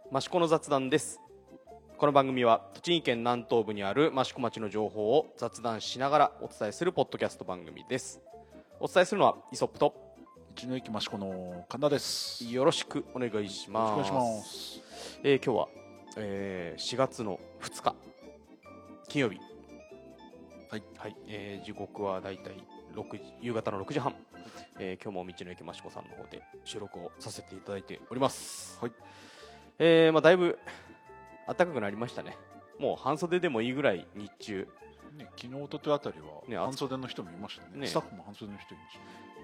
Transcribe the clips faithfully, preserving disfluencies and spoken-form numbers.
益子の雑談です。この番組は栃木県南東部にある益子町の情報を雑談しながらお伝えするポッドキャスト番組です。お伝えするのはイソップと道の駅益子の神田です。 よろしくお願いします。 よろしくお願いします。 えー、今日は、えー、しがつのふつか金曜日、 はい、 はいえー、時刻はだいたいろくじ夕方のろくじはん、えー、今日も道の駅益子さんの方で収録をさせていただいております。 はいえーまあ、だいぶ暖かくなりましたね。もう半袖でもいいぐらい日中、 ね、昨日おとといあたりはね半袖の人もいました ね, ねスタッフも半袖の人いました、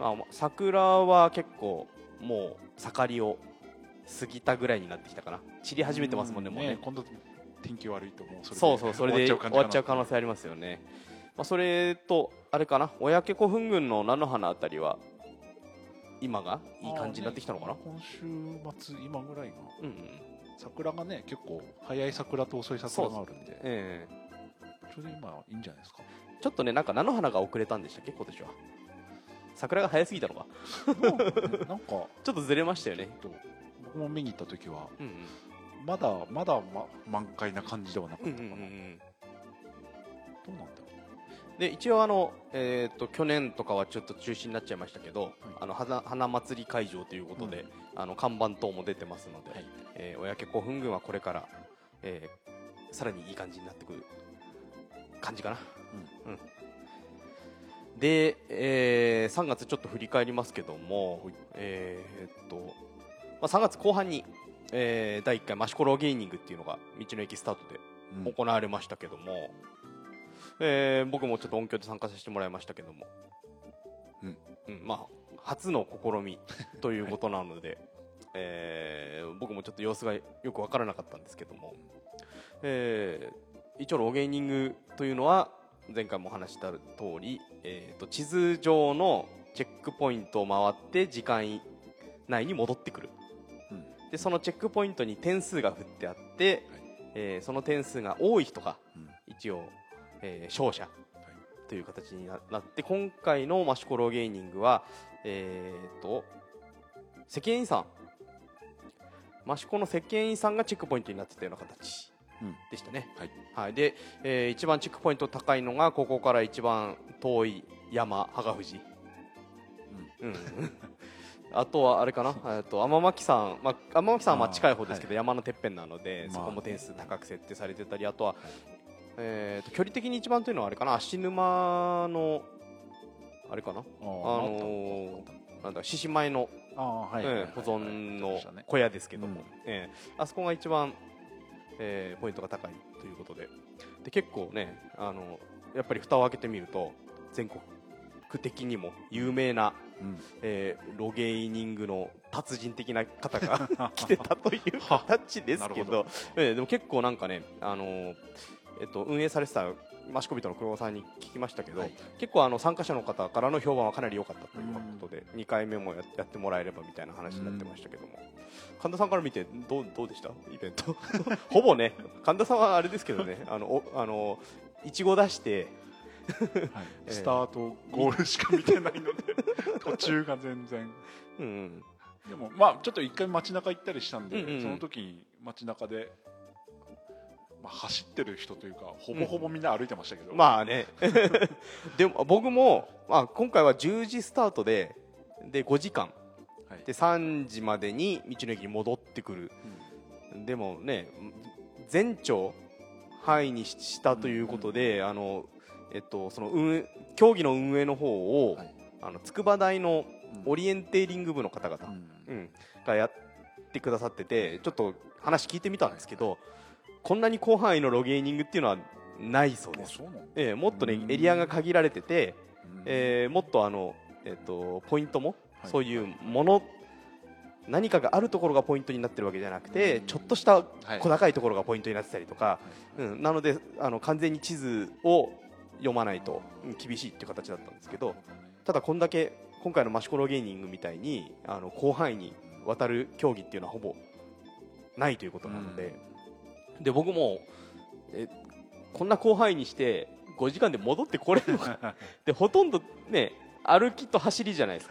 ねまあ、桜は結構もう盛りを過ぎたぐらいになってきたかな。散り始めてますもんね。もうね今度天気悪いともうそれでそうそうそれで終わっちゃう可能性性ありますよね。まあ、それとあれかな、小焼古墳群の菜の花あたりは今がいい感じになってきたのかな、 ね、今週末今ぐらいが、 うんうん、 桜がね結構早い桜と遅い桜があるんで、 えー、ちょうど今いいんじゃないですか。 ちょっとねなんか菜の花が遅れたんでしたっけ今年は。桜が早すぎたのかなんかちょっとずれましたよね。 僕も見に行った時は、 うんうん、 まだまだ、ま、満開な感じではなかったかな、うんうんうん、どうなんだろう。 で一応あの、えー、と去年とかはちょっと中止になっちゃいましたけど、はい、あの 花, 花祭り会場ということで、うん、あの看板等も出てますので、はいえー、小焼古墳群はこれから、えー、さらにいい感じになってくる感じかな、うんうん、で、えー、さんがつちょっと振り返りますけども、はいえーっとまあ、さんがつこう半に、えー、だいいっかい益子ローゲーニングっていうのが道の駅スタートで行われましたけども、うんえー、僕もちょっと音響で参加させてもらいましたけども、うんうんまあ、初の試みということなので、はいえー、僕もちょっと様子がよく分からなかったんですけども、えー、一応ローゲーニングというのは前回もお話した通り、えー、と地図上のチェックポイントを回って時間内に戻ってくる、うん、でそのチェックポイントに点数が振ってあって、はいえー、その点数が多い人が一応えー、勝者という形になって今回の益子ローゲーニングは、えー、と石鹸員さん益子の石鹸員さんがチェックポイントになってたような形でしたね、うんはいはい、で、えー、一番チェックポイント高いのがここから一番遠い山芳賀富士、うんうん、あとはあれかなと天巻山、まあ、天巻山は近い方ですけど、はい、山のてっぺんなので、まあ、そこも点数高く設定されてたりあとは、はいえー、と距離的に一番というのはあれかな芦沼のあれかなあ、あのー、なんだ獅子舞のあ、はいえー、保存の小屋ですけども、うんえー、あそこが一番、えー、ポイントが高いということで、で結構ねあのやっぱり蓋を開けてみると全国的にも有名な、うんえー、ロゲーニングの達人的な方が来てたという形ですけど、どえー、でも結構なんかねあのーえっと、運営されてた益子人の黒尾さんに聞きましたけど、はい、結構あの参加者の方からの評判はかなり良かったということでにかいめも や, やってもらえればみたいな話になってましたけども、神田さんから見てど う, どうでしたイベントほぼね神田さんはあれですけどねあのおあのいちご出してはいえー、スタートゴールしか見てないので途中が全然、うん、でもまあちょっと一回街中行ったりしたんで、うんうん、その時に街中でまあ、走ってる人というかほぼほぼみんな歩いてましたけど、 うん、まあねでも僕も、まあ、今回はじゅうじスタートで、でごじかん、はい、でさんじまでに道の駅に戻ってくる、うん、でもね全長範囲にしたということで、うんうん、あのえっと、その運競技の運営の方を、はい、あの筑波大のオリエンテーリング部の方々、うんうん、がやってくださっててちょっと話聞いてみたんですけど、はいこんなに広範囲のロゲーニングっていうのはないそうです。えー、もっとねエリアが限られてて、えー、もっとあの、えー、とポイントも、はい、そういうもの何かがあるところがポイントになってるわけじゃなくてちょっとした小高いところがポイントになってたりとか、はいうん、なのであの完全に地図を読まないと厳しいっていう形だったんですけど、ただこんだけ今回の益子ロゲーニングみたいにあの広範囲にわたる競技っていうのはほぼないということなので、で僕もえこんな広範囲にしてごじかんで戻ってこれるのかでほとんどね歩きと走りじゃないですか、はいはい、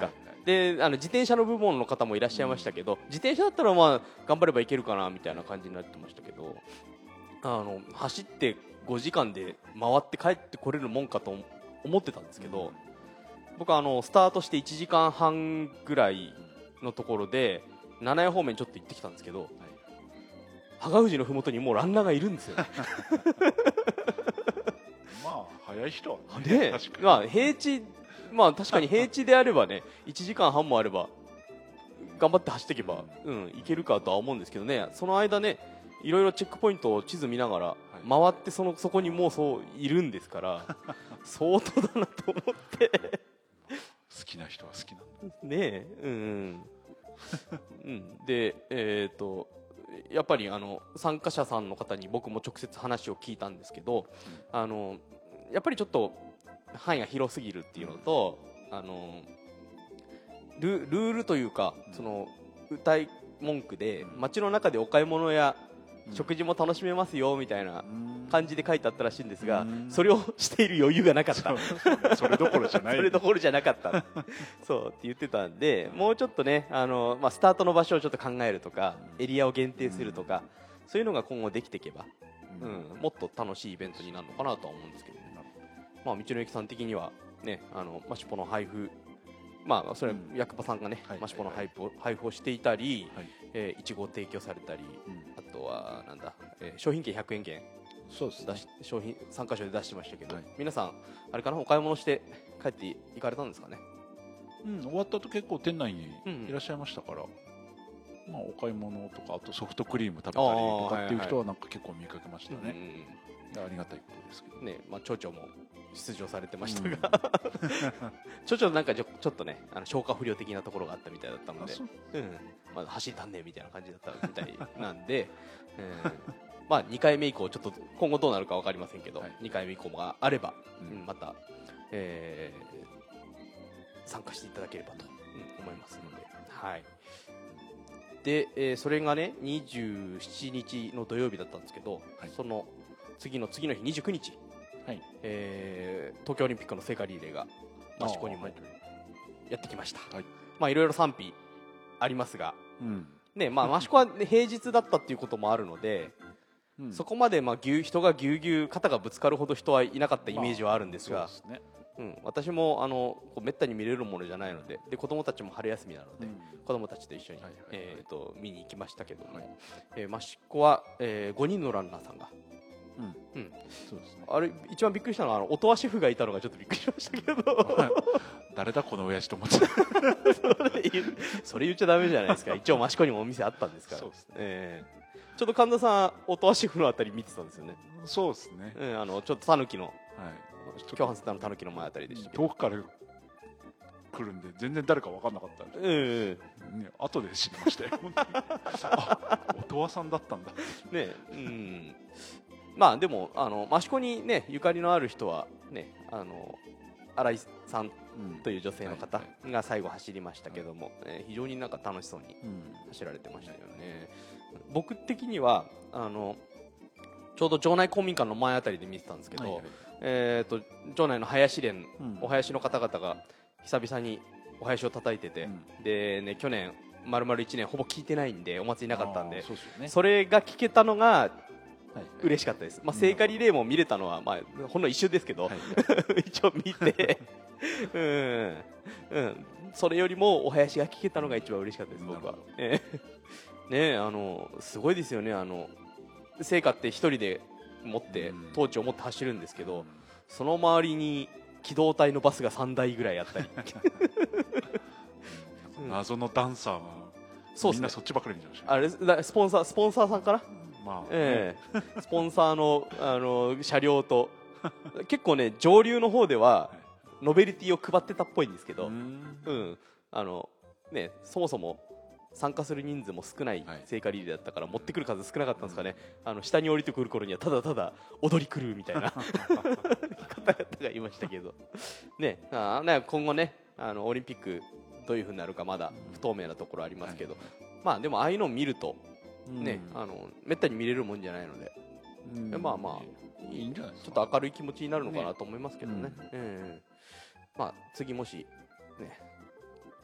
であの自転車の部門の方もいらっしゃいましたけど、うん、自転車だったらまあ頑張ればいけるかなみたいな感じになってましたけど、あの走ってごじかんで回って帰ってこれるもんかと思ってたんですけど、うん、僕はあのスタートしていちじかんはんぐらいのところで七重方面ちょっと行ってきたんですけど、はい、羽賀富士のふもとにもうランナーがいるんですよまあ早い人はね、ね、確かに、まあ、平地まあ確かに平地であればねいちじかんはんもあれば頑張って走っていけば、うん、いけるかとは思うんですけどね、その間ねいろいろチェックポイントを地図見ながら回ってそのそこにもうそういるんですから相当だなと思って好きな人は好きなんだねえ、うん、うん、でえっ、ー、とやっぱりあの参加者さんの方に僕も直接話を聞いたんですけど、うん、あのやっぱりちょっと範囲が広すぎるっていうのと、あの ル, ルールというか、うん、その歌い文句で街の中でお買い物や食事も楽しめますよみたいな感じで書いてあったらしいんですが、それをしている余裕がなかったそれどころじゃないそれどころじゃなかったそうって言ってたんで、もうちょっとねあの、まあ、スタートの場所をちょっと考えるとかエリアを限定するとか、そういうのが今後できていけば、うん、もっと楽しいイベントになるのかなとは思うんですけど、ね、まあ、道の駅さん的にはねあのマシュポの配布、まあそれは役場さんがね、うん、マシュポの配布を、配布をしていたり、はい、えー、いちごを提供されたり、うん、あとはなんだ、えー、商品券ひゃくえん券、 そうですね、 出し商品さんかしょで出してましたけど、はい、皆さんあれかな、お買い物して帰って行かれたんですかね。 うん、終わった後結構店内にいらっしゃいましたから、うん、まあ、お買い物とかあとソフトクリーム食べたりとかっていう人はなんか結構見かけましたね、はいはい、うん、ありがたいことですけどね、まあ、町長も出場されてましたが、うん、町長なんかちょ、ちょっとねあの消化不良的なところがあったみたいだったので、うん、まあ、走りたんねえみたいな感じだったみたいなんで、うん、まあ、にかいめ以降ちょっと今後どうなるか分かりませんけど、はい、にかいめ以降があれば、うん、また、えー、参加していただければと、うん、思いますので、はい、で、えー、それがねにじゅうしちにちの土曜日だったんですけど、はい、その次の次の日にじゅうくにち、はい、えー、東京オリンピックの聖火リレーが益子にもやってきました。はい、まあ、いろいろ賛否ありますが、うんね、まあ、益子は、ね、平日だったっていうこともあるので、うん、そこまでまあぎゅう人がぎゅうぎゅう肩がぶつかるほど人はいなかったイメージはあるんですが、まあ、そうですね、うん、私もあのこうめったに見れるものじゃないので、で子供たちも春休みなので、うん、子供たちと一緒に、はいはいはい、えー、と見に行きましたけども、はい、えー、益子は、えー、ごにんのランナーさんが、うんうん、そうですね、あれ一番びっくりしたのはあの音羽シェフがいたのがちょっとびっくりしましたけど誰だこの親父と思ってそれ言それ言っちゃダメじゃないですか。一応益子にもお店あったんですから。そうですね、えー、ちょっと神田さん音羽シェフのあたり見てたんですよね。 そうですね、 うん、あのちょっとたぬきの、はい、共犯センターのたぬきの前あたりでしたけど、 遠くから来るんで全然誰か分かんなかったんで、えーね、後で知りましたよあ、音羽さんだったんだね、うん、まあでもあの益子にねゆかりのある人はね、あの新井さんという女性の方が最後走りましたけども、うん、はいはい、えー、非常になんか楽しそうに走られてましたよね、うん、僕的にはあのちょうど城内公民館の前あたりで見てたんですけど、はいはい、えー、と城内の林連、うん、お囃子の方々が久々にお囃子を叩いてて、うん、でね、去年丸々いちねんほぼ聞いてないんでお祭りなかったんで、 そ, ね、それが聞けたのが嬉しかったです。まあ、聖火リレーも見れたのは、まあ、ほんの一瞬ですけど、はい、一応見てうん、うん、それよりもお囃子が聞けたのが一番嬉しかったです僕は。えー、ね、あのすごいですよね。あの聖火って一人で持ってトーチを持って走るんですけど、その周りに機動隊のバスがさんだいぐらいあったり謎のダンサーが、そう、みんなそっちばっかり見てました、 ね、あれスポンサースポンサーさんかな、まあね、えー、スポンサーの、あの車両と結構ね上流の方ではノベルティを配ってたっぽいんですけど、うん、うん、あのね、そもそも参加する人数も少ない聖火リレーだったから持ってくる数少なかったんですかね、うん、あの下に降りてくる頃にはただただ踊り狂うみたいな方々がいましたけど、ね、あね、今後ねあのオリンピックどういう風になるかまだ不透明なところありますけど、うん、まあでもああいうのを見るとね、うん、あのめったに見れるもんじゃないので、うん、まあまあいいんじゃないですか。ちょっと明るい気持ちになるのかなと思いますけどね、ね、うん、まあ次もしね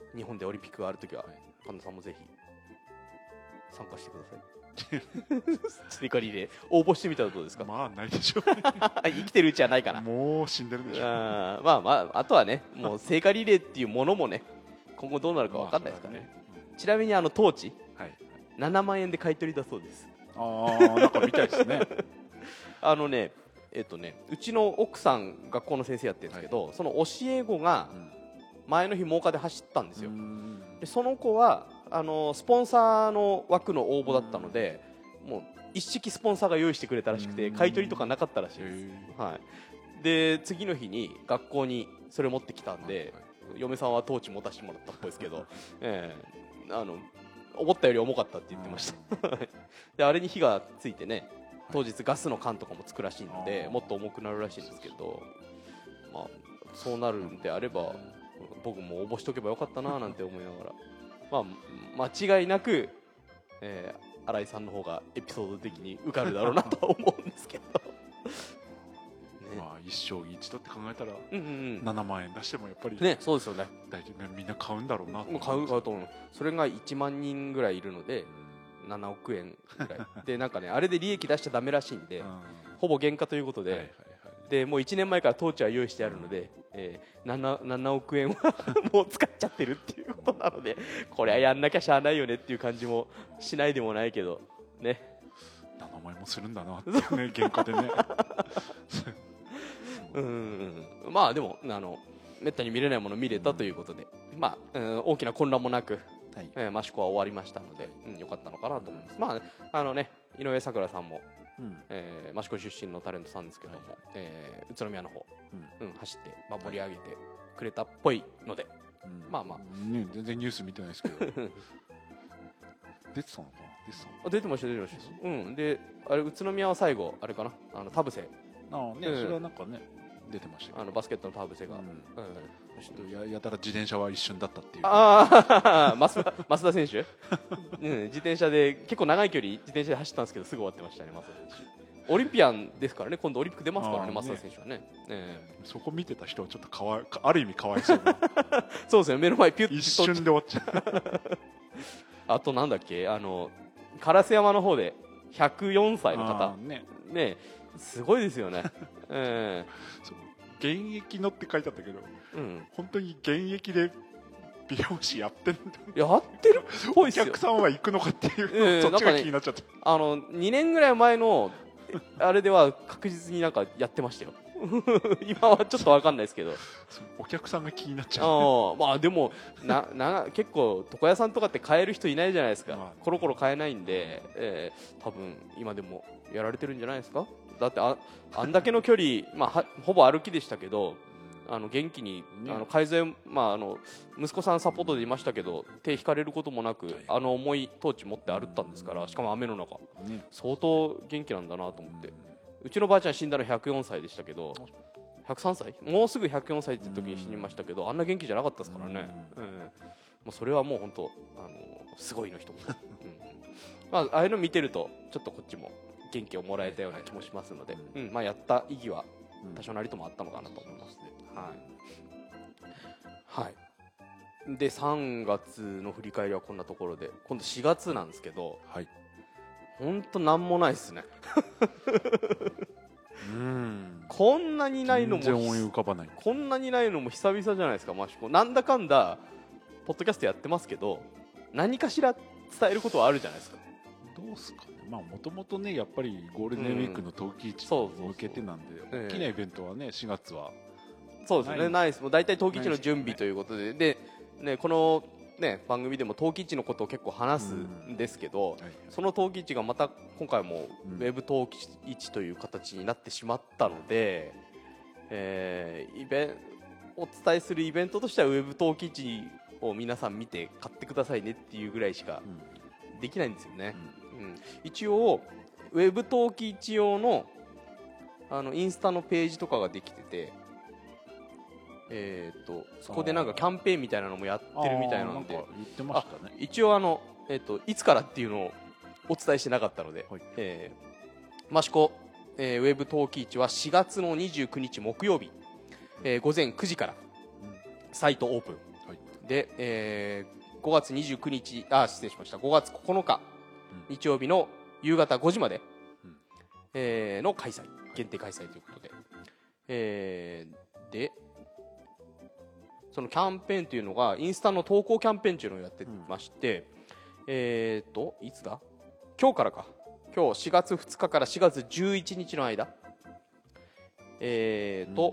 日本でオリンピックがあるときは、はい、神田さんもぜひ参加してください。聖火リレー応募してみたらどうですか。 まあないでしょう生きてるうちはないかな。 もう死んでるでしょう。 あまあまああとはね、もう聖火リレーっていうものもね今後どうなるか分かんないですからね。まあ、ちなみにあのトーチ、はい、ななまんえんで買い取りだそうです。 ああなんか見たいですねあのねえっとねうちの奥さん学校の先生やってるんですけど、はい、その教え子が前の日真岡で走ったんですよ。でその子はあのスポンサーの枠の応募だったので、もう一式スポンサーが用意してくれたらしくて買い取りとかなかったらしいです。はい、で次の日に学校にそれ持ってきたんで、はい、嫁さんはトーチ持たせてもらったっぽいですけど、えー、あの思ったより重かったって言ってましたであれに火がついてね、当日ガスの缶とかもつくらしいのでもっと重くなるらしいんですけど、まあ、そうなるんであれば僕も応募しとけばよかったななんて思いながらまあ、間違いなく、えー、新井さんの方がエピソード的に受かるだろうなとは思うんですけどね、まあ一生一度って考えたら、 うんうんうん、 ななまんえん出してもやっぱりね、そうですよね。 大体ねみんな買うんだろうなともう買う買うと思う。それがいちまんにんぐらいいるので、うん、ななおくえんぐらいでなんかねあれで利益出しちゃダメらしいんで、うん、ほぼ原価ということで、はいはいはい、でもういちねんまえからトーチは用意してあるので、えー、7, ななおくえんはもう使っちゃってるっていうことなのでこれはやんなきゃしゃあないよねっていう感じもしないでもないけどね、 ななまんえんもするんだなってね原価でねうん、まあでもあのめったに見れないもの見れたということで、まあ、うん、大きな混乱もなく、はい、えー、益子は終わりましたので、うん、よかったのかなと思います。まああのね井上咲楽さんも、うん、えー、益子出身のタレントさんですけども、はい、えー、宇都宮の方、うんうん、走って、まあ、盛り上げてくれたっぽいので、うん、まあまあ、 ね、全然ニュース見てないですけど出てたのか出てたのあ出てました出てました、うん、であれ宇都宮は最後あれかなあの田臥ああね、うん、それはなんかね出てましたあのバスケットの田臥が、うんうん、 ちょっと や, やたら自転車は一瞬だったっていうああ増田選手、うん、自転車で結構長い距離自転車で走ったんですけどすぐ終わってましたね増田選手。オリンピアンですからね今度オリンピック出ますからね増田選手はね、えー、そこ見てた人はちょっとかわある意味かわいそうなそうですね目の前ピュッと一瞬で終わっちゃうあとなんだっけあの烏山の方でひゃくよんさいの方ねねすごいですよね、えー、現役のって書いてあったけど、うん、本当に現役で美容師やってるやってるっぽいっすよ。 お客さんは行くのかっていう、えー、そっちが気になっちゃった、ね、 あのにねんぐらい前のあれでは確実になんかやってましたよ今はちょっと分かんないですけどお客さんが気になっちゃうあ、 まあでもなな結構床屋さんとかって買える人いないじゃないですか、まあ、コロコロ買えないんで、えー、多分今でもやられてるんじゃないですか。だって あ, あんだけの距離、まあ、はほぼ歩きでしたけどあの元気に、ね、あの改善、まあ、あの息子さんサポートでいましたけど手引かれることもなく、はい、あの重いトーチ持って歩ったんですからしかも雨の中、ね、相当元気なんだなと思って、うちのばあちゃん死んだのひゃくよんさいでしたけどひゃくさんさいもうすぐひゃくよんさいって時に死にましたけどあんな元気じゃなかったですからね、うん、もうそれはもう本当あのすごいの一言、うんまあ、ああいうの見てるとちょっとこっちも元気をもらえたような気もしますので、うんまあ、やった意義は多少なりともあったのかなと思いますね、はいはい、でさんがつの振り返りはこんなところで今度しがつなんですけど、はい、ほんとなんもないですねうんこんなにないのも全然思い浮かばない。 こんなにないのも久々じゃないですか。マシコなんだかんだポッドキャストやってますけど何かしら伝えることはあるじゃないですか。 どうすかね。まあもともとねやっぱりゴールデンウィークの冬季市に向けてなんで、うん、大きなイベントはねしがつはそうですねないです。もう大体冬季市の準備ということで、ね、で、ね、このね、番組でも冬季市のことを結構話すんですけど、うんはいはい、その冬季市がまた今回もウェブ冬季市という形になってしまったので、えー、イベンお伝えするイベントとしてはウェブ冬季市を皆さん見て買ってくださいねっていうぐらいしかできないんですよね、うんうん、一応ウェブ冬季市用の、あのインスタのページとかができててえー、とそこでなんかキャンペーンみたいなのもやってるみたいなので言ってましたね。 一応あの、えー、といつからっていうのをお伝えしてなかったので、はいえー、益子、えー、ウェブ冬季市はしがつのにじゅうくにち木曜日、えー、午前くじからサイトオープン、はい、 で、えー、ごがつにじゅうくにちあ失礼しましたごがつここのか、うん、日曜日の夕方ごじまで、うんえー、の開催限定開催ということで、えー、でそのキャンペーンというのがインスタの投稿キャンペーンというのをやってまして、うん、えーといつだ今日からか今日しがつふつかからしがつじゅういちにちの間えーと、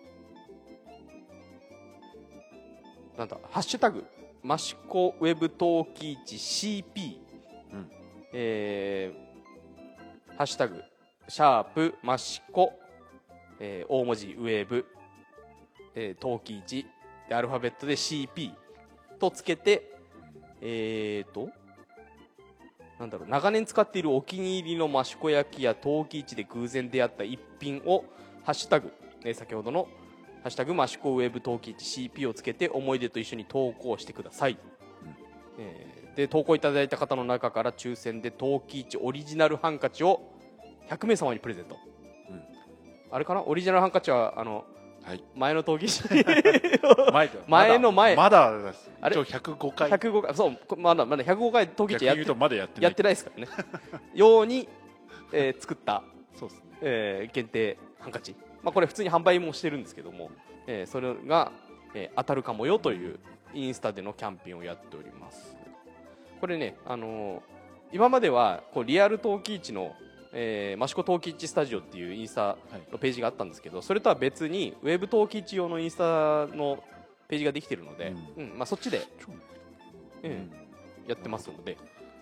うん、なんだハッシュタグマシコウェブ陶器市 シーピー、うんえー、ハッシュタグシャープマシコ、えー、大文字ウェブ、えー、陶器市でアルファベットで シーピー とつけてえーとなんだろう長年使っているお気に入りの益子焼や陶器市で偶然出会った一品をハッシュタグ、えー、先ほどのハッシュタグ益子ウェブ陶器市 シーピー をつけて思い出と一緒に投稿してください、うんえー、で投稿いただいた方の中から抽選で陶器市オリジナルハンカチをひゃくめいさまにプレゼント、うん、あれかなオリジナルハンカチはあのはい、前の陶器市前, 前の前まだです一応ひゃくごかいひゃくごかいそうまだまだひゃくごかい陶器市やってまだやってないやってないですからねように、えー、作ったそうですね、 えー、限定ハンカチ、まあ、これ普通に販売もしてるんですけども、えー、それが、えー、当たるかもよというインスタでのキャンペーンをやっております。これね、あのー、今まではこうリアル陶器市のえー、益子陶器市スタジオっていうインスタのページがあったんですけど、はい、それとは別にウェブ陶器市用のインスタのページができているので、うんうんまあ、そっちで、うん、やってますので、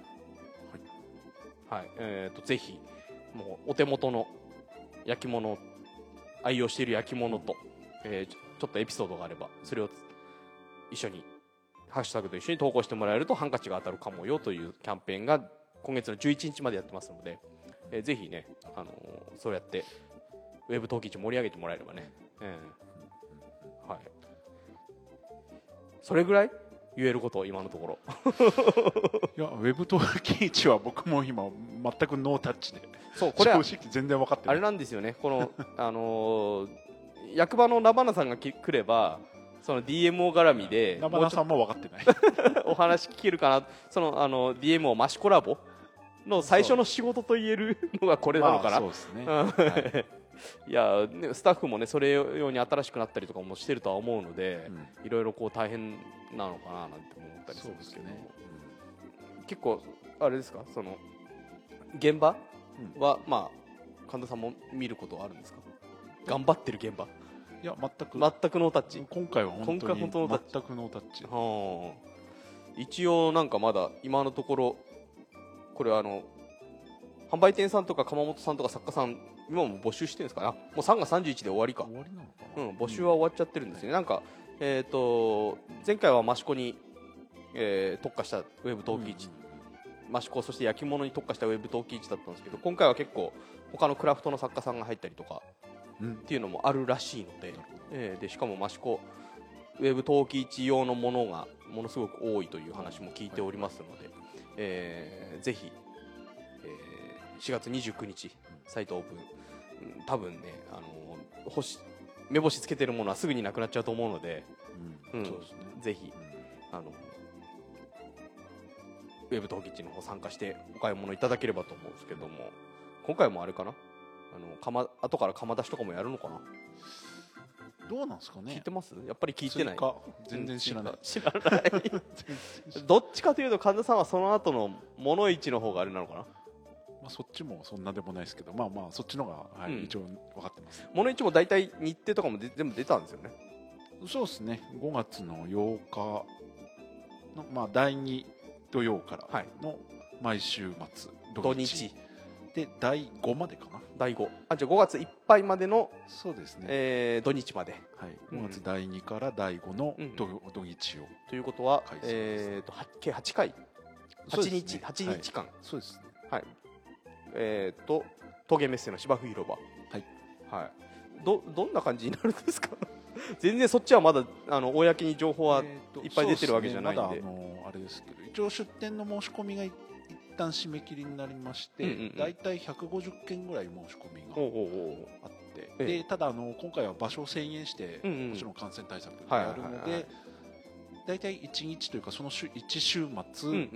はいはいえー、とぜひもうお手元の焼き物愛用している焼き物と、えー、ちょっとエピソードがあればそれを一緒にハッシュタグと一緒に投稿してもらえるとハンカチが当たるかもよというキャンペーンが今月のじゅういちにちまでやってますので、えー、ぜひね、あのー、そうやってウェブ陶器市盛り上げてもらえればね、えーはい、それぐらい言えること今のところいやウェブ陶器市は僕も今全くノータッチでそうこれは正直全然分かってないあれなんですよねこの、あのー、役場のナバナさんが来ればその ディーエムオー 絡みでナバナさんも分かってないお話聞けるかなそのあの ディーエムオー マシコラボの最初の仕事と言えるのがこれなのかな、 まあ、そうですね、はいいやねスタッフもねそれ用に新しくなったりとかもしてるとは思うので、うん、いろいろこう大変なのかななんて思ったりするんですけど、ねうん、結構あれですかその現場は、うん、まあ神田さんも見ることはあるんですか頑張ってる現場いや全く全くノータッチ今回は本当に全くノータッチはあ一応なんかまだ今のところこれはあの販売店さんとか窯元さんとか作家さん今も募集してるんですかねもうさんがつさんじゅういちで終わりか終わりなのかな、 うん、募集は終わっちゃってるんですね、うん、なんか、えー、と前回は益子に、えー、特化したウェブ陶器市、うん、益子そして焼き物に特化したウェブ陶器市だったんですけど今回は結構他のクラフトの作家さんが入ったりとか、うん、っていうのもあるらしいので、えー、でしかも益子ウェブ陶器市用のものがものすごく多いという話も聞いておりますので、はいえー、ぜひ、えー、しがつにじゅうくにちサイトオープン多分ね、あのー、星目星つけてるものはすぐになくなっちゃうと思うので、うんうんそうですね、ぜひ、うん、あのウェブ陶器市の方参加してお買い物いただければと思うんですけども今回もあれかなあのか、ま、後から窯出しとかもやるのかなどうなんですかね聞いてますやっぱり聞いてない全然知らない知らないどっちかというと神田さんはその後の物市の方があれなのかなまあ、そっちもそんなでもないですけどまあまあそっちのが、はいうん、一応分かってます物市も大体日程とかも全部出たんですよねそうですねごがつのようかの、まあ、だいに土曜からの毎週末、 土日でだいごまでかなだいごあじゃあごがついっぱいまでのそうですね、 えー、土日まで、 はい、ごがつだいにからだいごの土、うん、土日をということは、えー、と計はちかいはちにち、ね、はちにちかん、はい、 そうですねはいえー、と峠メッセの芝生広場はい、 はい、ど, どんな感じになるんですか全然そっちはまだあの公に情報はいっぱい出てるわけじゃないんで、えーね、 まだあのあれですけど一応出店の申し込みが一旦締め切りになりまして、うんうんうん、だいたいひゃくごじゅっけんぐらい申し込みがあって、でただあの今回は場所を制限して、うんうん、もちろん感染対策があるので、はいはいはいはい、 大体いちにちというかその週いち週末、うんうんうん、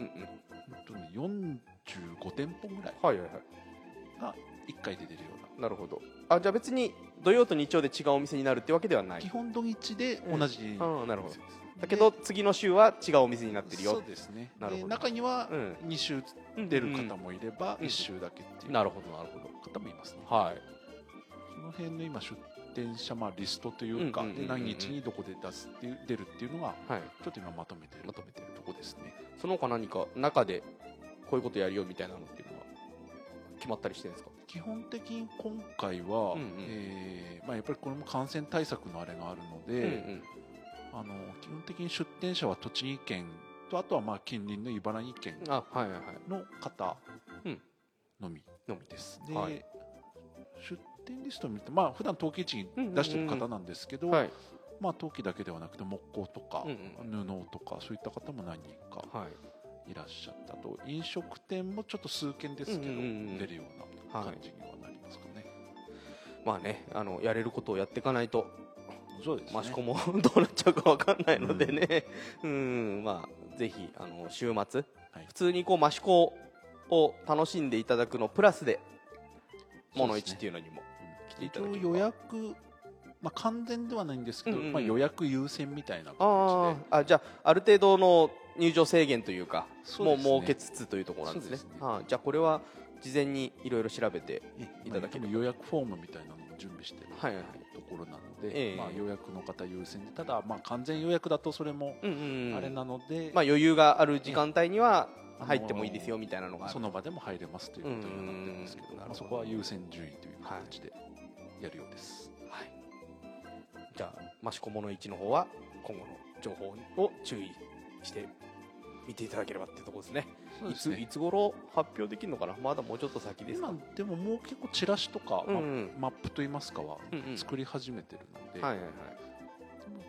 よんじゅうごてんぽぐらいがいっかいで出るような。 なるほど。あ、じゃあ別に土曜と日曜で違うお店になるってわけではない。 基本土日で同じ、うん、 あ、なるほど。だけど次の週は違うお店になってるよ。 そうですね。なるほど。中にはに週出る方もいればいっ週だけっていう、 なるほどなるほど方もいますね。 はい。 その辺の今出店者、まあ、リストというか、で何日にどこで出すっていう出るっていうのは、はい、ちょっと今まとめてるまとめてるとこですね。 その他何か中でこういうことやるよみたいなのっていうのは決まったりしてるんですか？ 基本的に今回は、うんうん、えーまあ、やっぱりこれも感染対策のあれがあるので、うんうん、あの基本的に出店者は栃木県とあとはまあ近隣の茨城県の方のみです。で、はい、出店リストを見ると、まあ普段陶器市に出してる方なんですけど、うんうんうん、まあ陶器だけではなくて木工とか、うんうん、布とかそういった方も何人かいらっしゃったと、飲食店もちょっと数軒ですけど、うんうんうん、出るような感じにはなりますかね。はい、 まあね、あのやれることをやっていかないと、 そうですね、 益子もどうなっちゃうか分かんないのでね、うん、うんまあぜひあの週末、はい、普通にこう益子を楽しんでいただくのプラスでモノイチっていうのにも来ていただければ、 予約、まあ、完全ではないんですけど、うんうん、まあ、予約優先みたいな形で、 ああ、じゃあある程度の入場制限というか、うもう設けつつというところなんですね。ですね、ああ、じゃあこれは事前にいろいろ調べていただければ、 まあ、予約フォームみたいなのも準備している、はいはい、ところなので、えーまあ、予約の方優先で、ただまあ完全予約だとそれもあれなので、うんうん、 まあ、余裕がある時間帯には入ってもいいですよみたいなのがある、 その場でも入れますということになってるんですけど、まあ、そこは優先順位という形でやるようです。 はい、じゃあ益子モノイチの方は今後の情報を注意して見ていただければっていうところですね。そうですね。いつ、いつ頃発表できるのかな。まだもうちょっと先ですか。 今でももう結構チラシとか、うんうん、マップといいますかは作り始めてるので、うんうん、はいはいはい、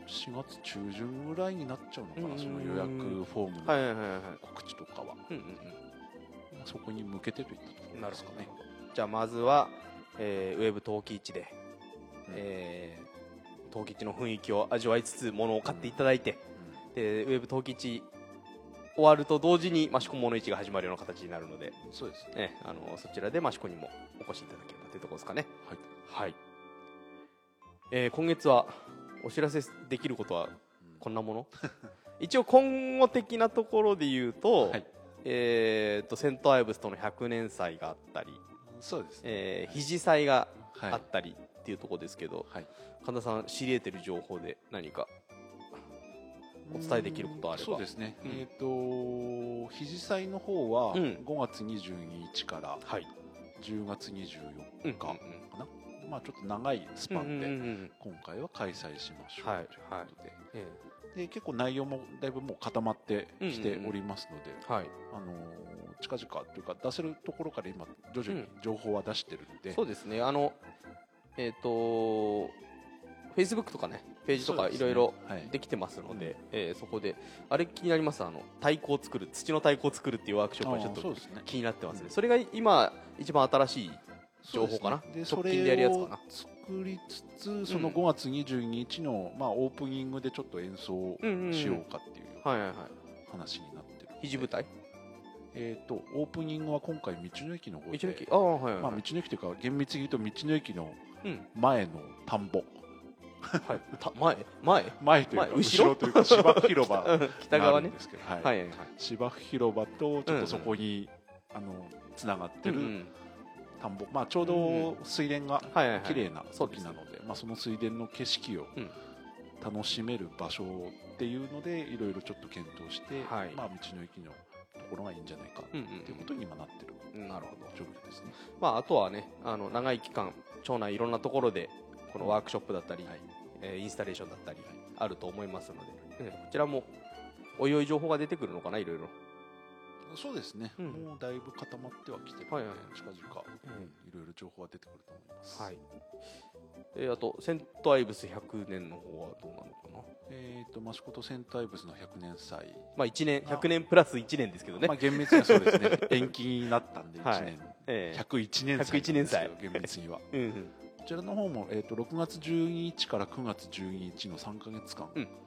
しがつ中旬ぐらいになっちゃうのかな、うんうん、その予約フォームの告知とかは、うんうんうん、そこに向けてといったところですかね。 じゃあまずは、えー、ウェブ陶器市で、うん、えー、陶器市の雰囲気を味わいつつ物を買っていただいて、うんうん、でウェブ陶器市終わると同時に益子モノイチが始まるような形になるので、 そうですね、 ね、あのそちらで益子にもお越しいただければというところですかね。はい、はい、えー、今月はお知らせできることはこんなもの、うん、一応今後的なところで言うと、はい、えー、とセントアイブスとのひゃくねん祭があったり、 そうですね、 えー、肘祭があったりっていうところですけど、はい、神田さん知り得てる情報で何かお伝えできることあれば。 そうですね、うん、えっ、ー、と肘祭の方はごがつにじゅうににちからじゅうがつにじゅうよっかかな、うんうん、まあちょっと長いスパンで今回は開催しましょうということで、はいはい、で結構内容もだいぶもう固まってきておりますので、うんうんうん、はい、あのー、近々というか出せるところから今徐々に情報は出してるので、うん、 そうですね、あのえっ、ー、とフェイスブックとかねページとかいろいろできてますので、そ, で、ねはい、えー、そこであれ気になります、あの太鼓を作る土の太鼓を作るっていうワークショップがちょっと気になってますね。それが今一番新しい情報かな、 で直近でやるやつかな。それを作りつつそのごがつにじゅうににちの、まあ、オープニングでちょっと演奏しようかっていう話になってる。 肘舞台、 えー、とオープニングは今回道の駅の方で、 道の駅、あ、はいはい、 まあ、道の駅というか厳密に言うと道の駅の前の田んぼ、うんはい、前前前というか後ろというか芝生広場北側ねですけど、はいはいはい、芝生広場とちょっとそこに、うんうん、あのつながってる田んぼ、まあ、ちょうど水田が綺麗な時なので、まあ、その水田の景色を楽しめる場所っていうのでいろいろちょっと検討して、はい、まあ、道の駅のところがいいんじゃないかっていうことに今なってる、うんうん、なるほど状況ですね。 まあ、あとはね、あの長い期間町内いろんなところでこのワークショップだったり、はい、えー、インスタレーションだったりあると思いますので、ね、こちらもおいおい情報が出てくるのかな、いろいろ。 そうですね、うん、もうだいぶ固まってはきてるので、はいはい、近々、うん、いろいろ情報が出てくると思います。はい、 えー、あとセントアイブスひゃくねんの方はどうなのかな。 えーと益子とセントアイブスのひゃくねん祭、 まあ、いちねんひゃくねんプラスいちねんですけどね、 まあ、厳密にはそうですね延期になったんでいちねん、はい、えー、ひゃくいちねん祭なんですけど厳密には、うんうん、こちらの方も、えー、とろくがつじゅうににちからくがつじゅうににちのさんかげつかん、うん、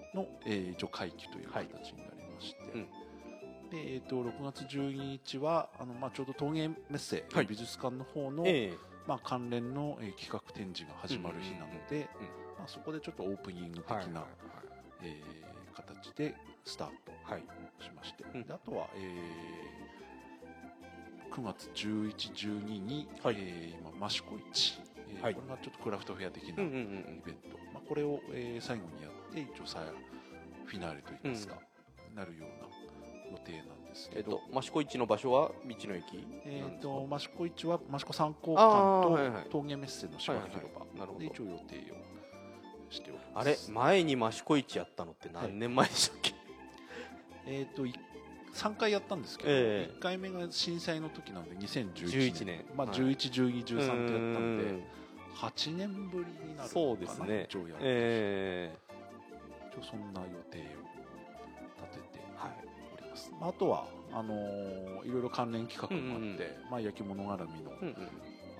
の、えー、一応会期という形になりまして、はいうんでえー、とろくがつじゅうににちはあの、まあ、ちょうど陶芸メッセ、はい、美術館の方の、えーまあ、関連の、えー、企画展示が始まる日なので、まあ、そこでちょっとオープニング的な、はいはいはいえー、形でスタートしまして、はい、であとは、えー、くがつじゅういち、じゅうにに、はいえー、今益子市、えーはい、これがちょっとクラフトフェア的なイベント、うんうんうんまあ、これを、えー、最後にやって一応さフィナーレといいますか、うん、なるような予定なんですけど、 えー、と益子市の場所は道の駅えー、と益子市は益子三光館と、はいはい、陶芸メッセの芝広場、はいはい、で一応予定をしております。 あれ前に益子市やったのって何年前でしたっけ、はい、 えっ、ー、とさんかいやったんですけど、えー、いっかいめが震災の時なのでにせんじゅういちねん、まあ、じゅういち、じゅうに、じゅうさんとやったのではちねんぶりになるのかな。 そうですね一応やる、えー、一応そんな予定を立てております、はい、あとはあのー、いろいろ関連企画もあって、うんうんまあ、焼き物絡みの、うんうん、あのー、なんだ、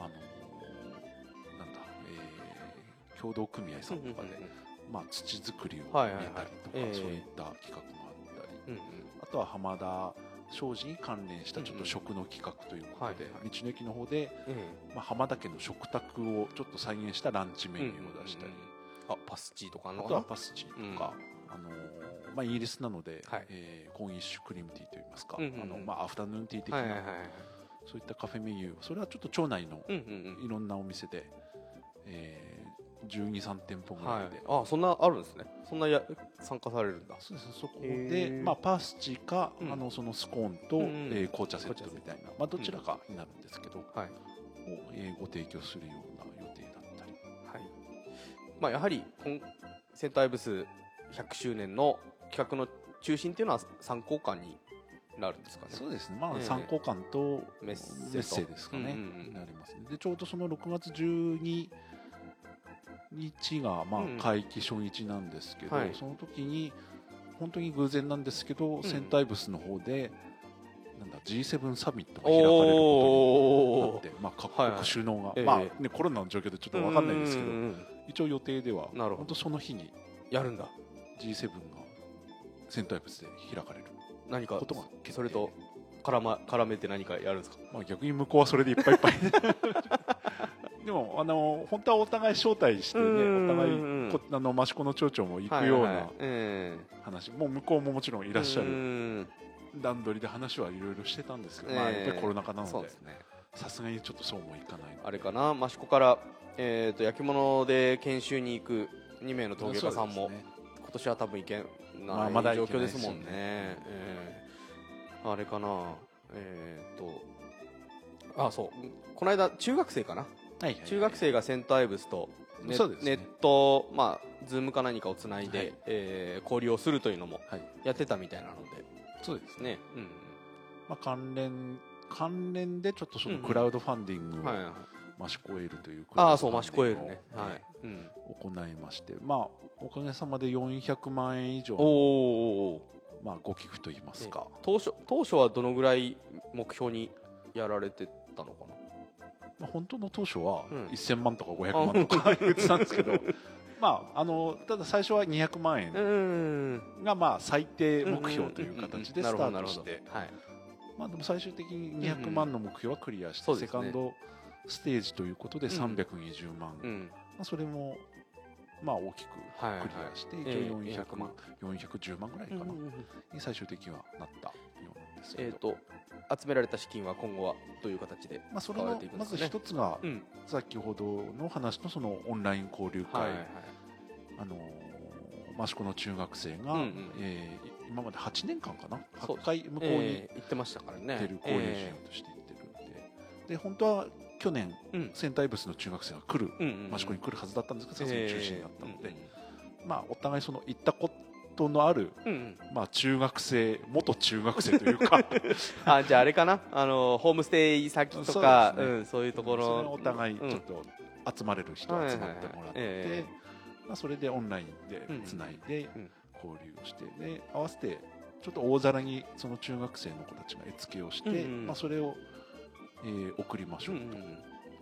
えー、協同組合さんとかで、うんうんうんまあ、土作りを見たりとか、はいはいはいえー、そういった企画もあったり、うんうん、あとは浜田商事に関連したちょっと食の企画ということで、うんうん、道の駅の方で、うんまあ、浜田家の食卓をちょっと再現したランチメニューを出したり、うんうんうん、あパスチーとかのあとはパスチーとか、うんあのーまあ、イギリスなので、はいえー、コーンイッシュクリームティーといいますか、うんうんうんあのまあ、アフタヌーンティー的な、はいはいはい、そういったカフェメニューそれはちょっと町内のいろんなお店で、うんうんうんえーじゅうに、さんてんぽぐらいで、 はい、あそんなあるんですね。そんなや参加されるんだ。 そうですね。そこで、まあ、パスチか、うん、あのそのスコーンと、うんえー、紅茶セットみたいな、まあ、どちらかになるんですけど、うんはい、を、えー、ご提供するような予定だったり、 はいまあ、やはりセンターアイブスひゃくしゅうねんの企画の中心っていうのは参考館になるんですかね。 そうですね。まあ、えー、参考館とメッセですかね、うんうんうん、なりますね。でちょうどそのろくがつじゅうににちがまあ会期初日なんですけど、うんはい、その時に本当に偶然なんですけど、うん、センターアイブスの方でなんだ ジーセブン サミットが開かれることになって、まあ、各国首脳が、はいはいまあね、えー、コロナの状況でちょっと分かんないですけど一応予定では本当その日にやるんだジーセブン がセンターアイブスで開かれる何かことがそれと絡、ま、絡めて何かやるんですか。 まあ、逆に向こうはそれでいっぱいいっぱいでもあの本当はお互い招待してねお互いこあの益子の町長も行くような話、はいはいえー、もう向こうももちろんいらっしゃる段取りで話はいろいろしてたんですけど、えーまあ、やっぱりコロナ禍なのでさすがにちょっとそうもいかないあれかな益子から、えー、と焼き物で研修に行くにめいの陶芸家さんも、ね、今年は多分行けない状況ですもんね、えー、あれかなえっ、ー、とあそうこの間中学生かなはいはいはい、中学生がセンターアイブスと ネ,、ね、ネット、まあ、ズームか何かをつないで、はいえー、交流をするというのもやってたみたいなので、はい、 そうですね、うんまあ、関連関連でちょっとそのクラウドファンディングを、うんはいはい、益子エールというクラウドファンディングを、ねはいうん、行いまして、まあ、おかげさまでよんひゃくまんえん以上のお、まあ、ご寄付といいますか、 当初、当初はどのぐらい目標にやられてたのかな。 まあ、本当の当初はせんまんとかごひゃくまんとか言ってたんですけど、まあ、あのただ最初はにひゃくまんえんがまあ最低目標という形でスタートして、まあでも最終的ににひゃくまんの目標はクリアして、セカンドステージということでさんびゃくにじゅうまん、まあそれもまあ大きくクリアして一応よんひゃくまん、よんひゃくじゅうまんぐらいかなに最終的にはなったようなんですけど。 集められた資金は今後はどういう形で使われていくんですかね。 まあ、それのまず一つが、うん、先ほどの話のそのオンライン交流会、はいはい、あの益子の中学生が、うんうんえー、今まではちねんかんかなはっかい向こうに行ってましたからね。 出る交流事業として行ってるんで、えー、で本当は去年、うん、センターアイブスの中学生が来る、うんうん、益子に来るはずだったんですけどさすがに中止になったので、えーうんうん、まあお互いその行ったことのある、うんうんまあ、中学生元中学生というかあじゃああれかなあのホームステイ先とかそう、ねうん、そういうところ、 それお互いちょっと集まれる人集まってもらって、まあ、それでオンラインでつないで交流をして、で合わせてちょっと大皿にその中学生の子たちが絵付けをして、うんうんまあ、それを、えー、送りましょうと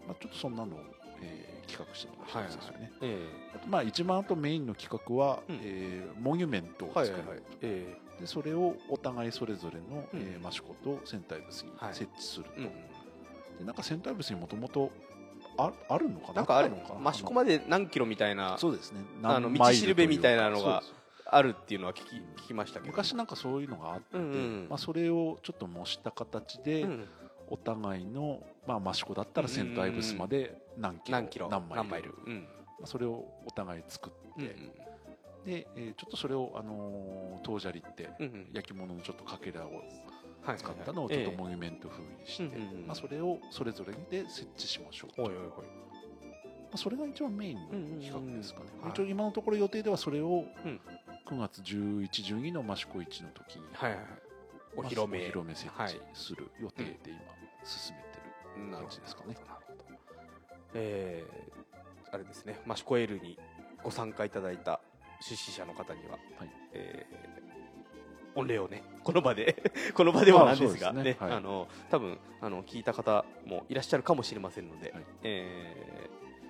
まあ、ちょっとそんなのを、えー、企画したのが一つですよね。 はいはい、えー、あとまあ一番あとメインの企画は、うん、えー、モニュメントを作る、はいはいはい、えー、でそれをお互いそれぞれの、うん、えー、益子と戦隊物に設置すると、はい、うん、でなんか戦隊物にもともとああるのかな、 なんかあるのかな、益子まで何キロみたいな、 そうですね、 あの道しるべみたいなのがあるっていうのは聞き、聞きましたけど、 昔なんかそういうのがあって、うんうん、まあ、それをちょっと模した形で、うん、お互いの、まあ、益子だったらセントアイブスまで何キロ、 何キロ、 何マイル、 何マイル、うん、 まあ、それをお互い作って、うんうん、で、えー、ちょっとそれを、あのー、当砂利って、うんうん、焼き物のちょっとかけらを使ったのをちょっとモニュメント風にして、まあ、それをそれぞれで設置しましょうと。おいおいおい、まあ、それが一番メインの企画ですかね。うんうんうん、一応今のところ予定ではそれをくがつじゅういち、じゅうにの益子市の時に、はいはい、 お披露目、 お披露目設置する予定で今進めてる感じですかね。なるほど。 えー、あれですね、益子エールにご参加いただいた出資者の方には、はい、えー、御礼をね、この場でこの場ではなんですが、ね、はい、あの多分あの聞いた方もいらっしゃるかもしれませんので、はい、え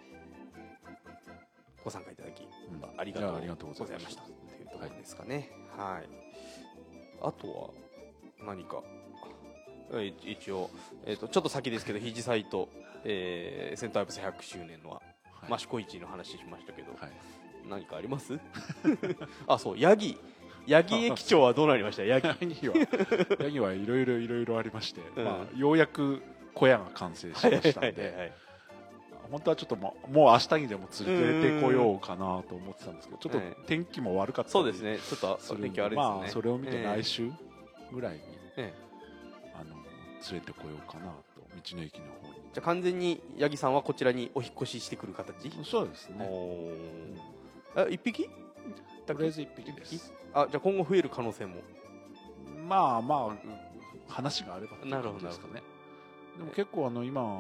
ー、ご参加いただき、うん、ありがとうございましたというところですかね。はい、はい、あとは何か一応、えー、とちょっと先ですけど、肘サイト、えー、センターアイブスひゃくしゅうねんのは、はい、益子市の話しましたけど、はい、何かありますあ、そう、ヤギヤギ駅長はどうなりました？ヤギはヤギはいろいろいろいろありまして、うん、まあ、ようやく小屋が完成しましたので、本当はちょっともう、もう明日にでも連れてこようかなと思ってたんですけど、ちょっと天気も悪かったり、 そうですね、ちょっと天気悪いですね。 まあ、それを見て来週ぐらいに、ええ、あの連れてこようかなと、道の駅の方に。 じゃあ完全にヤギさんはこちらにお引越ししてくる形？ そうですね。 うん、あ、一匹？ とりあえず一匹です。 あ、じゃあ今後増える可能性も？ まあまあ話があればって感じですかね。でも結構あの今、うん、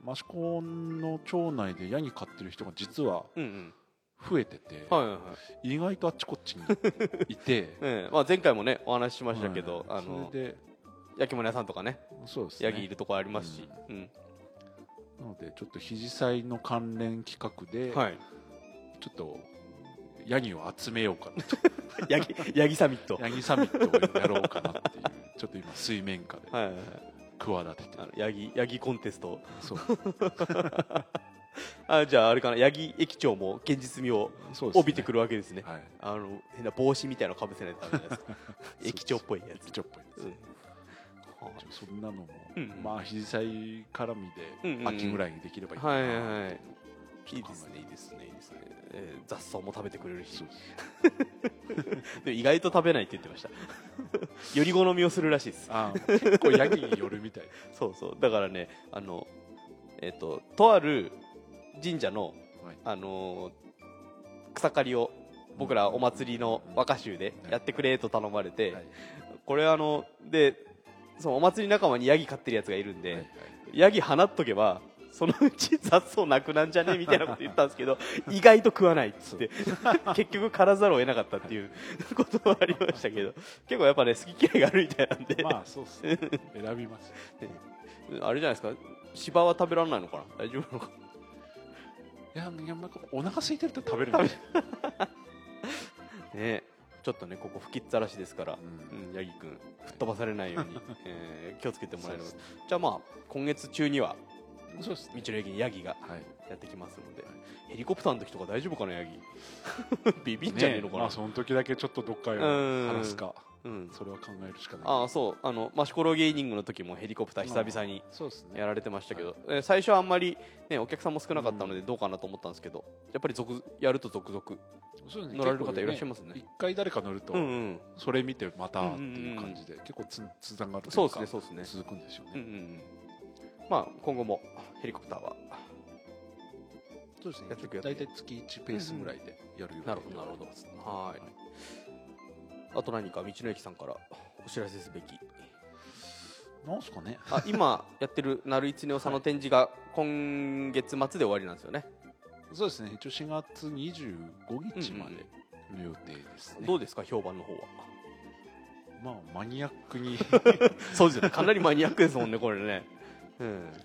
益子の町内でヤギ飼ってる人が実は増えてて、うんうん、はいはい、意外とあっちこっちにいて、 ええ、まあ、前回もねお話ししましたけど、はい、あのそれで焼き物屋さんとかね、そうですね、ヤギいるとこありますし、うんうん、 なのでちょっと肘祭の関連企画で、はい、ちょっとヤギを集めようかなとヤギヤギサミットヤギサミットをやろうかなっていうちょっと今水面下で企てて、 あのヤギヤギコンテスト、そうあ、じゃああれかな、ヤギ駅長も現実味を帯びてくるわけですね。はい、あの変な帽子みたいなのかぶせないとダメじゃないですか駅長っぽいやつ、 駅長っぽいやつ、うん、そんなのも、うん、まあ肘祭絡みで、うんうん、秋ぐらいにできればいいかな、はいはいはい、 いいですね、いいですね、いいですね、えー、雑草も食べてくれるしで意外と食べないって言ってましたより好みをするらしいです。 あ、結構ヤギによるみたいそうそう、だからね、あのえっ、ー、ととある神社の、はい、あのー、草刈りを僕らお祭りの和歌集でやってくれと頼まれて、はいはい、これあのでそのお祭り仲間にヤギ飼ってるやつがいるんで、はいはい、ヤギ放っとけばそのうち雑草なくなんじゃねみたいなこと言ったんですけど意外と食わないっつって結局狩らざるを得なかったっていうこともありましたけど、結構やっぱね好き嫌いがあるみたいなんで、 まあそうっすね、選びますあれじゃないですか、芝は食べられないのかな、大丈夫なのか。 いや、いや、お腹空いてると食べるねね、ちょっとねここ吹きっざらしですから、うんうん、ヤギくん吹っ飛ばされないように、えー、気をつけてもらえれば。じゃあまあ今月中にはそうです、ね、道の駅にヤギがやってきますので、はい、ヘリコプターの時とか大丈夫かなヤギビビっちゃねえのかな、ね、 まあその時だけちょっとどっかへ話すか、うん、それは考えるしかない。 ああ、そう、あのマシコロゲーニングの時もヘリコプター久々にやられてましたけど、ね、最初はあんまり、ね、お客さんも少なかったのでどうかなと思ったんですけど、やっぱり続やると続々乗られる方いらっしゃいますね。 一回誰か乗ると、うんうん、それ見てまたっていう感じで、うんうん、結構つつながるというか、そうですね、そうですね、続くんですよね。うんうん、 まあ今後もヘリコプターはそうですね、やっていくやつ大体月いちペースぐらいでやるようになるほど、なるほど、 はい、あと何か道の駅さんからお知らせすべきなんすかね。 あ、今やってる成井恒夫さんの展示が今月末で終わりなんですよね。 そうですね、一応しがつにじゅうごにちまでの予定ですね、うんうん、 どうですか評判の方は。 まあマニアックにそうですよね、かなりマニアックですもんねこれね、うん、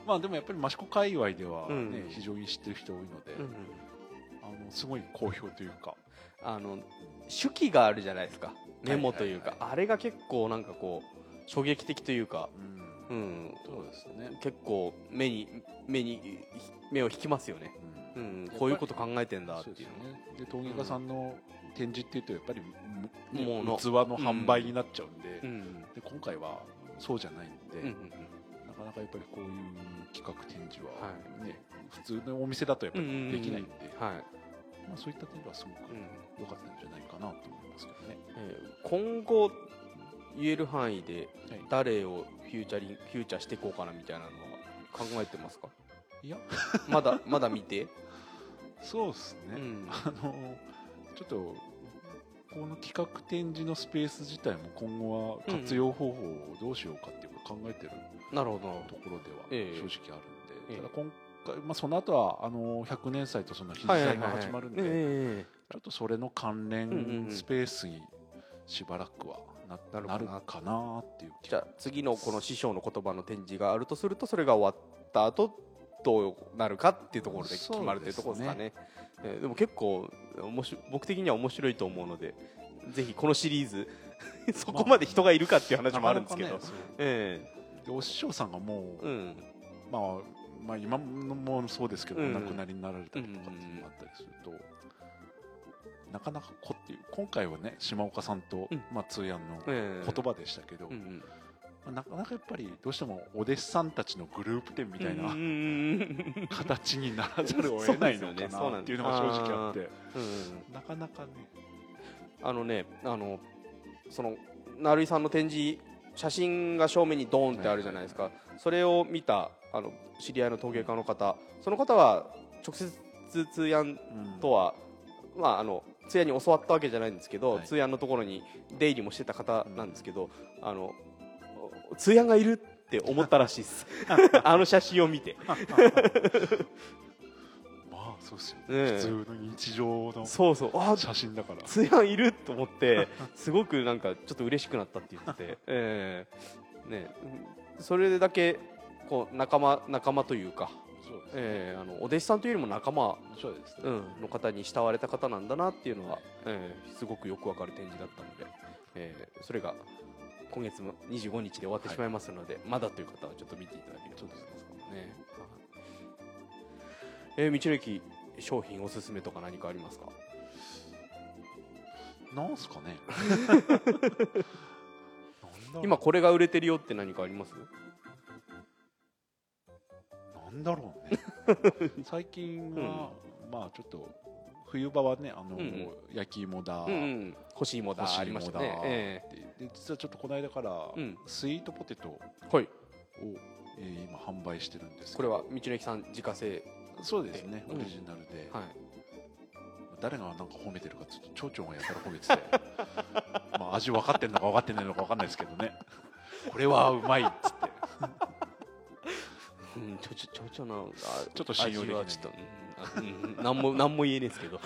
まあでもやっぱり益子界隈ではね、うん、非常に知ってる人多いので、うん、あのすごい好評というか、 あの手記があるじゃないですか、メモというか、はいはいはい、あれが結構なんかこう衝撃的というか、うん、うん、そうですね、結構目に目に目を引きますよね、うんうん、こういうこと考えてんだっていうのね。 で陶芸家さんの展示っていうとやっぱり、ね、もう器の販売になっちゃうんで、うん、で今回はそうじゃないんで、うんうんうん、なかなかやっぱりこういう企画展示は、ね、はい、普通のお店だとやっぱりできないんで、うんうんうん、はい、まあ、そういった点ではすごく良かったんじゃないかなと思いますけどね、 えー、今後言える範囲で誰をフューチャリング、フューチャーしていこうかなみたいなのは考えてますか？いやまだまだ見てそうですね、うん、あのちょっとこの企画展示のスペース自体も今後は活用方法をどうしようかっていうか考えてるところでは正直あるんで、ただ今回、まあ、その後はあのひゃくねん祭とその筆祭が始まるんでちょっとそれの関連スペースにしばらくはな, なるかなっていう。 じゃあ次のこの師匠の言葉の展示があるとするとそれが終わった後どうなるかっていうところで決まるっていうところですかね。えー、でも結構面白僕的には面白いと思うのでぜひこのシリーズそこまで人がいるかっていう話もあるんですけど、まあ、 えー、でお師匠さんがもう、うん、まあ、まあ今もそうですけど、うん、お亡くなりになられたりとかっていうのがあったりすると、うん、なかなかこっていう今回はね島岡さんと、うん、まあ、通夜の言葉でしたけど、うんうん、なかなかやっぱりどうしてもお弟子さんたちのグループ展みたいな形にならざるを得ないのかなっていうのが正直あって、なかなかねあのねあのその成井さんの展示写真が正面にドーンってあるじゃないですか、はいはいはい、それを見たあの知り合いの陶芸家の方、その方は直接通夜とは、うん、まああの通夜に教わったわけじゃないんですけど、はい、通夜のところに出入りもしてた方なんですけど、うん、あの通夜がいるって思ったらしいですあの写真を見てまあそうですよね、ね、普通の日常の写真だから通夜いると思ってすごくなんかちょっと嬉しくなったって言ってて、えーね、それだけこう仲間仲間というかそうですね、えー、あのお弟子さんというよりも仲間そうです、ね、うん、の方に慕われた方なんだなっていうのは、えー、すごくよくわかる展示だったので、えー、それが今月もにじゅうごにちで終わってしまいますので、はい、まだという方はちょっと見ていただければと思いますね。えー、道の駅商品おすすめとか何かありますか？ なんすかね今これが売れてるよって何かあります？ なんだろうね最近は、うん、まあちょっと冬場はねあの、うんうん、焼き芋だ、うんうん、 干し芋だありましたね、えー、で実はちょっとこの間から、うん、スイートポテトを、 はいえー、今販売してるんですけど、これは道の駅さん自家製？ そうですね、オリジナルで、うん、はい、誰がなんか褒めてるかちょっと町長がやたら褒めててまあ味分かってるのか分かってないのか分かんないですけどねこれはうまいっつってうん、ちょちょちょちょなちょっと信用できない、 ちょっと、うん、何も何も言えないですけど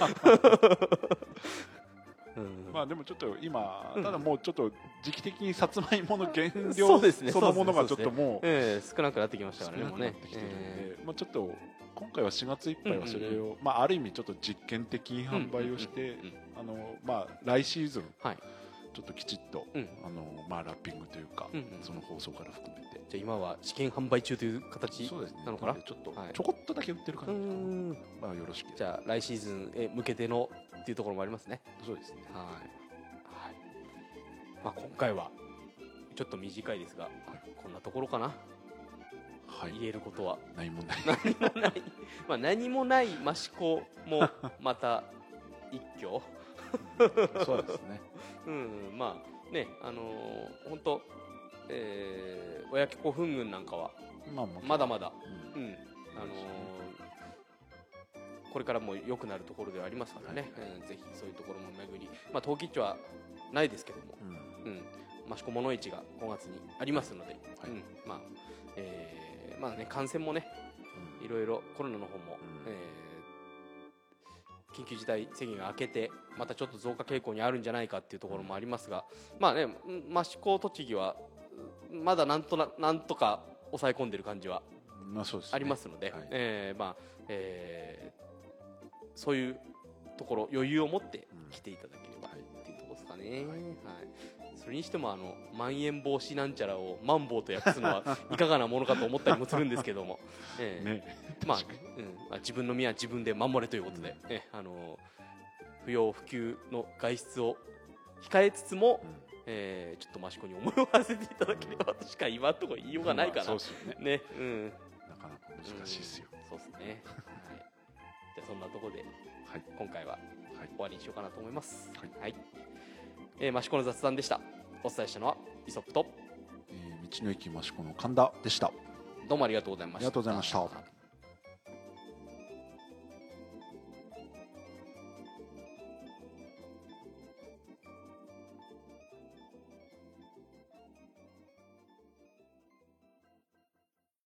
うん、まあでもちょっと今、うん、ただもうちょっと時期的にさつまいもの原料そのものがちょっともう、 えー、少なくなってきましたからね。 少なくなってきてるんで、えーまあ、ちょっと今回はしがついっぱいはそれを、うんうんうん、まあ、ある意味ちょっと実験的に販売をして、あのまあ、来シーズン、はい、ちょっときちっと、うん、あのまあ、ラッピングというか、うんうん、その放送から含めて、 じゃあ今は試験販売中という形なのかな。 ちょっと、はい、ちょこっとだけ売ってる感じかな。まあ、よろしく。 じゃあ来シーズンへ向けてのっていうところもありますね。 そうですね。はい。 はい。まあ今回はちょっと短いですが、はい、こんなところかな。はい。言えることは何もない。 何もない。まあ何もない益子もまた一挙。 そうですね。 うん、まあね、あのー、本当、えー、親木古墳群なんかは、まあ、まだまだ、うん、うん、あのー、これからも良くなるところではありますからね、はい、えー、ぜひそういうところも巡り、まあ、陶器市はないですけども、うん、うん、益子物市がごがつにありますので、はい、うん、まあ、えー、まあね、感染もね、いろいろコロナの方も、うん、えー緊急事態宣言が明けてまたちょっと増加傾向にあるんじゃないかっていうところもありますが、まあね、益子栃木はまだなんとななんとか抑え込んでる感じはまあそうですね、 ありますので、 はい、 えーまあえー、そういうところ余裕を持って来ていただければっていうところですかね、はいはい、それにしてもあのまん延防止なんちゃらをマンボウと訳すのはいかがなものかと思ったりもするんですけども、えーね、まあ、うんまあ、自分の身は自分で守れということで、うんね、あの不要不急の外出を控えつつも、うんえー、ちょっと益子に思いを馳せていただければとしか今のところ言いようがないかな、 そうですよね、 ね、うん、 なかなか難しいですよ、 うん、そうですね、はい、じゃあそんなところで、はい、今回は終わりにしようかなと思います、はいはいえー、益子の雑談でした。お伝えしたのはイソップと、 えー、道の駅益子の神田でした。 どうもありがとうございました。 ありがとうございました。